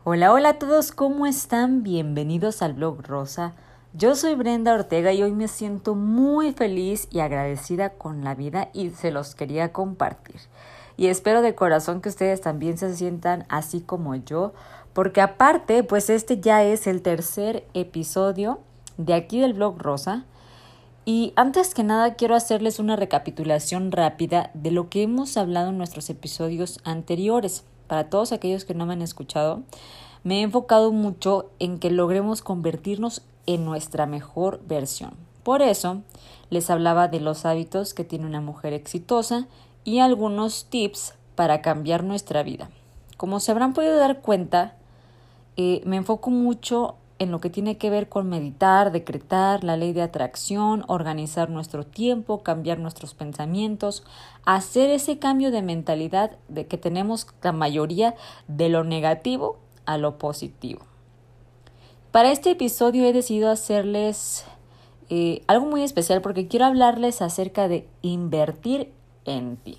Hola, hola a todos, ¿cómo están? Bienvenidos al Blog Rosa. Yo soy Brenda Ortega y hoy me siento muy feliz y agradecida con la vida y se los quería compartir. Y espero de corazón que ustedes también se sientan así como yo, porque aparte, pues este ya es el tercer episodio de aquí del Blog Rosa. Y antes que nada quiero hacerles una recapitulación rápida de lo que hemos hablado en nuestros episodios anteriores. Para todos aquellos que no me han escuchado, me he enfocado mucho en que logremos convertirnos en nuestra mejor versión. Por eso, les hablaba de los hábitos que tiene una mujer exitosa y algunos tips para cambiar nuestra vida. Como se habrán podido dar cuenta, me enfoco mucho en lo que tiene que ver con meditar, decretar, la ley de atracción, organizar nuestro tiempo, cambiar nuestros pensamientos, hacer ese cambio de mentalidad de que tenemos la mayoría de lo negativo a lo positivo. Para este episodio he decidido hacerles algo muy especial porque quiero hablarles acerca de invertir en ti.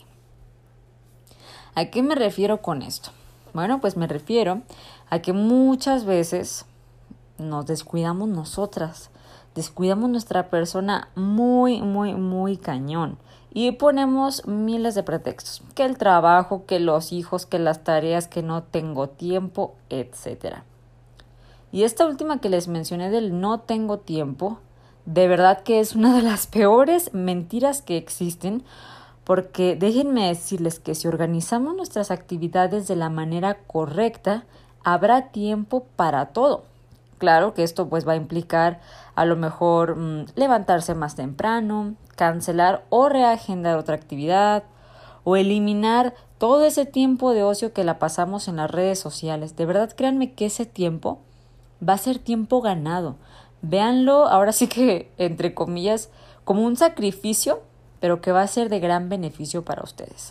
¿A qué me refiero con esto? Bueno, pues me refiero a que muchas veces nos descuidamos nosotras, descuidamos nuestra persona muy cañón y ponemos miles de pretextos, que el trabajo, que los hijos, que las tareas, que no tengo tiempo, etc. Y esta última que les mencioné del no tengo tiempo, de verdad que es una de las peores mentiras que existen, porque déjenme decirles que si organizamos nuestras actividades de la manera correcta, habrá tiempo para todo. Claro que esto pues va a implicar a lo mejor levantarse más temprano, cancelar o reagendar otra actividad o eliminar todo ese tiempo de ocio que la pasamos en las redes sociales. De verdad, créanme que ese tiempo va a ser tiempo ganado. Véanlo ahora sí que entre comillas como un sacrificio, pero que va a ser de gran beneficio para ustedes.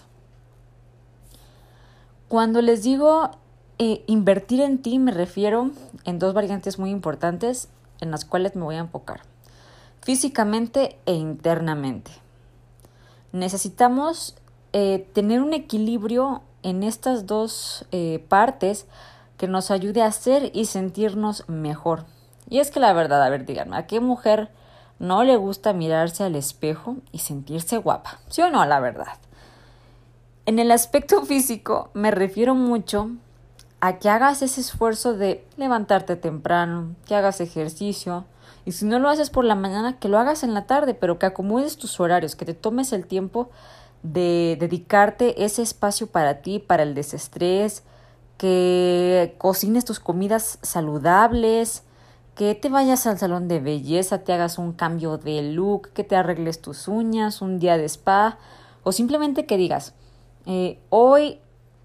Cuando les digo invertir en ti, me refiero en dos variantes muy importantes en las cuales me voy a enfocar: físicamente e internamente. Necesitamos tener un equilibrio en estas dos partes que nos ayude a ser y sentirnos mejor. Y es que la verdad, a ver, díganme, ¿a qué mujer no le gusta mirarse al espejo y sentirse guapa? ¿Sí o no, la verdad? En el aspecto físico me refiero mucho a que hagas ese esfuerzo de levantarte temprano, que hagas ejercicio, y si no lo haces por la mañana, que lo hagas en la tarde, pero que acomodes tus horarios, que te tomes el tiempo de dedicarte ese espacio para ti, para el desestrés, que cocines tus comidas saludables, que te vayas al salón de belleza, te hagas un cambio de look, que te arregles tus uñas, un día de spa, o simplemente que digas, hoy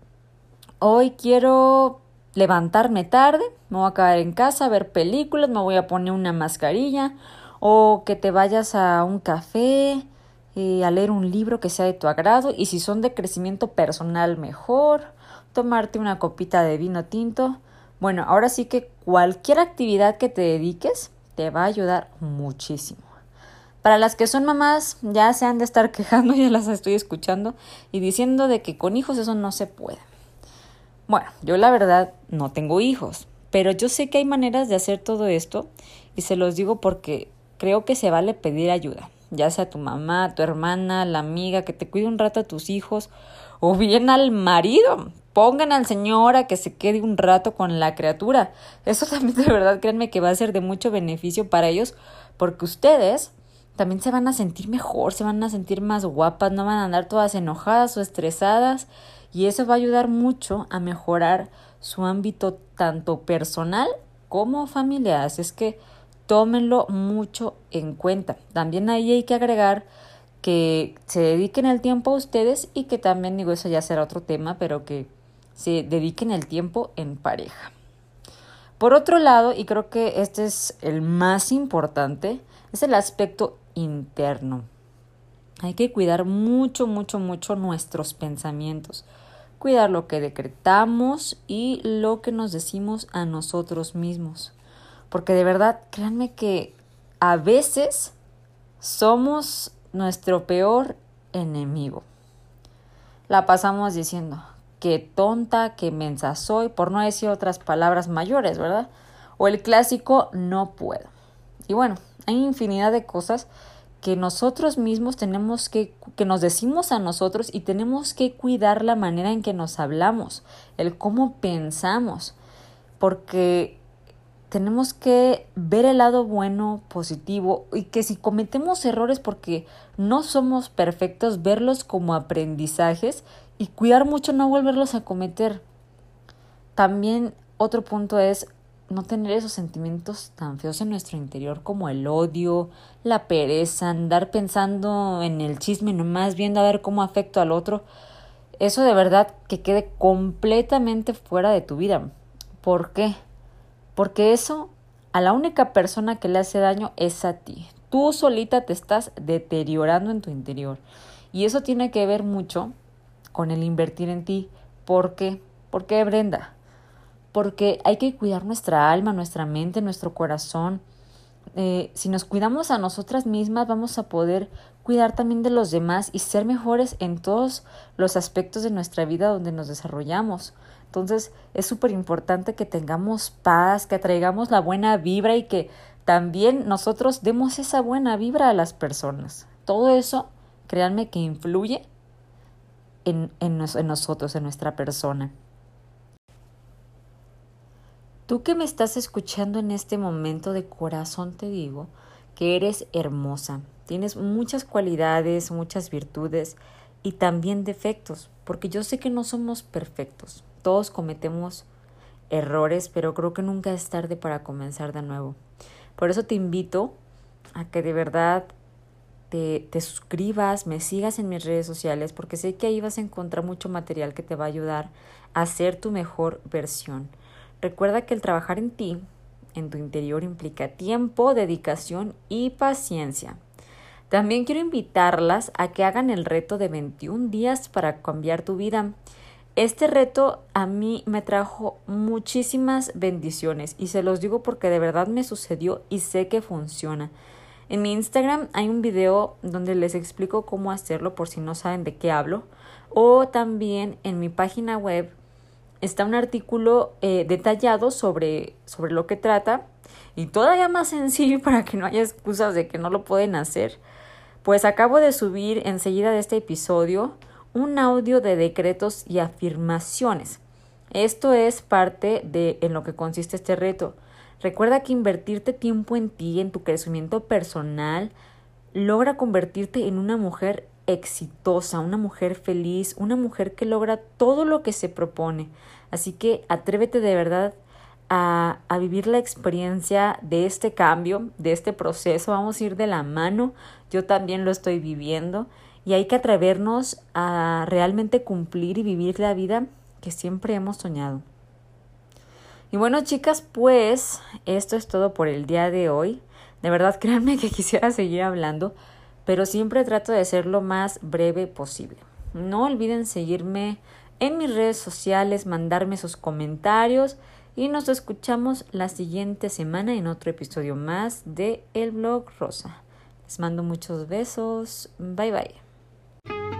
quiero levantarme tarde, me voy a quedar en casa a ver películas, me voy a poner una mascarilla, o que te vayas a un café a leer un libro que sea de tu agrado, y si son de crecimiento personal mejor, tomarte una copita de vino tinto. Bueno, ahora sí que cualquier actividad que te dediques te va a ayudar muchísimo. Para las que son mamás, ya se han de estar quejando, ya las estoy escuchando, y diciendo de que con hijos eso no se puede. Bueno, yo la verdad no tengo hijos, pero yo sé que hay maneras de hacer todo esto y se los digo porque creo que se vale pedir ayuda, ya sea tu mamá, tu hermana, la amiga, que te cuide un rato a tus hijos o bien al marido. Pongan al señor a que se quede un rato con la criatura. Eso también de verdad créanme que va a ser de mucho beneficio para ellos porque ustedes también se van a sentir mejor, se van a sentir más guapas, no van a andar todas enojadas o estresadas. Y eso va a ayudar mucho a mejorar su ámbito tanto personal como familiar. Así es que tómenlo mucho en cuenta. También ahí hay que agregar que se dediquen el tiempo a ustedes y que también, digo, eso ya será otro tema, pero que se dediquen el tiempo en pareja. Por otro lado, y creo que este es el más importante, es el aspecto interno. Hay que cuidar mucho nuestros pensamientos. Cuidar lo que decretamos y lo que nos decimos a nosotros mismos. Porque de verdad, créanme que a veces somos nuestro peor enemigo. La pasamos diciendo, qué tonta, qué mensa soy, por no decir otras palabras mayores, ¿verdad? O el clásico no puedo. Y bueno, hay infinidad de cosas que nosotros mismos tenemos que nos decimos a nosotros y tenemos que cuidar la manera en que nos hablamos, el cómo pensamos, porque tenemos que ver el lado bueno, positivo, y que si cometemos errores porque no somos perfectos, verlos como aprendizajes y cuidar mucho no volverlos a cometer. También otro punto es no tener esos sentimientos tan feos en nuestro interior como el odio, la pereza, andar pensando en el chisme nomás, viendo a ver cómo afecto al otro. Eso de verdad que quede completamente fuera de tu vida. ¿Por qué? Porque eso a la única persona que le hace daño es a ti. Tú solita te estás deteriorando en tu interior. Y eso tiene que ver mucho con el invertir en ti. ¿Por qué? ¿Por qué, Brenda? Porque hay que cuidar nuestra alma, nuestra mente, nuestro corazón. Si nos cuidamos a nosotras mismas, vamos a poder cuidar también de los demás y ser mejores en todos los aspectos de nuestra vida donde nos desarrollamos. Entonces es súper importante que tengamos paz, que atraigamos la buena vibra y que también nosotros demos esa buena vibra a las personas. Todo eso, créanme que influye en nosotros, en nuestra persona. Tú que me estás escuchando en este momento, de corazón te digo que eres hermosa. Tienes muchas cualidades, muchas virtudes y también defectos, porque yo sé que no somos perfectos. Todos cometemos errores, pero creo que nunca es tarde para comenzar de nuevo. Por eso te invito a que de verdad te suscribas, me sigas en mis redes sociales, porque sé que ahí vas a encontrar mucho material que te va a ayudar a ser tu mejor versión. Recuerda que el trabajar en ti, en tu interior, implica tiempo, dedicación y paciencia. También quiero invitarlas a que hagan el reto de 21 días para cambiar tu vida. Este reto a mí me trajo muchísimas bendiciones y se los digo porque de verdad me sucedió y sé que funciona. En mi Instagram hay un video donde les explico cómo hacerlo por si no saben de qué hablo, o también en mi página web está un artículo detallado sobre lo que trata y todavía más sencillo para que no haya excusas de que no lo pueden hacer. Pues acabo de subir enseguida de este episodio un audio de decretos y afirmaciones. Esto es parte de en lo que consiste este reto. Recuerda que invertirte tiempo en ti, en tu crecimiento personal, logra convertirte en una mujer exitosa, una mujer feliz, una mujer que logra todo lo que se propone. Así que atrévete de verdad a vivir la experiencia de este cambio, de este proceso. Vamos a ir de la mano. Yo también lo estoy viviendo y hay que atrevernos a realmente cumplir y vivir la vida que siempre hemos soñado. Y bueno, chicas, pues esto es todo por el día de hoy. De verdad, créanme que quisiera seguir hablando, pero siempre trato de ser lo más breve posible. No olviden seguirme en mis redes sociales, mandarme sus comentarios y nos escuchamos la siguiente semana en otro episodio más de El Blog Rosa. Les mando muchos besos. Bye bye.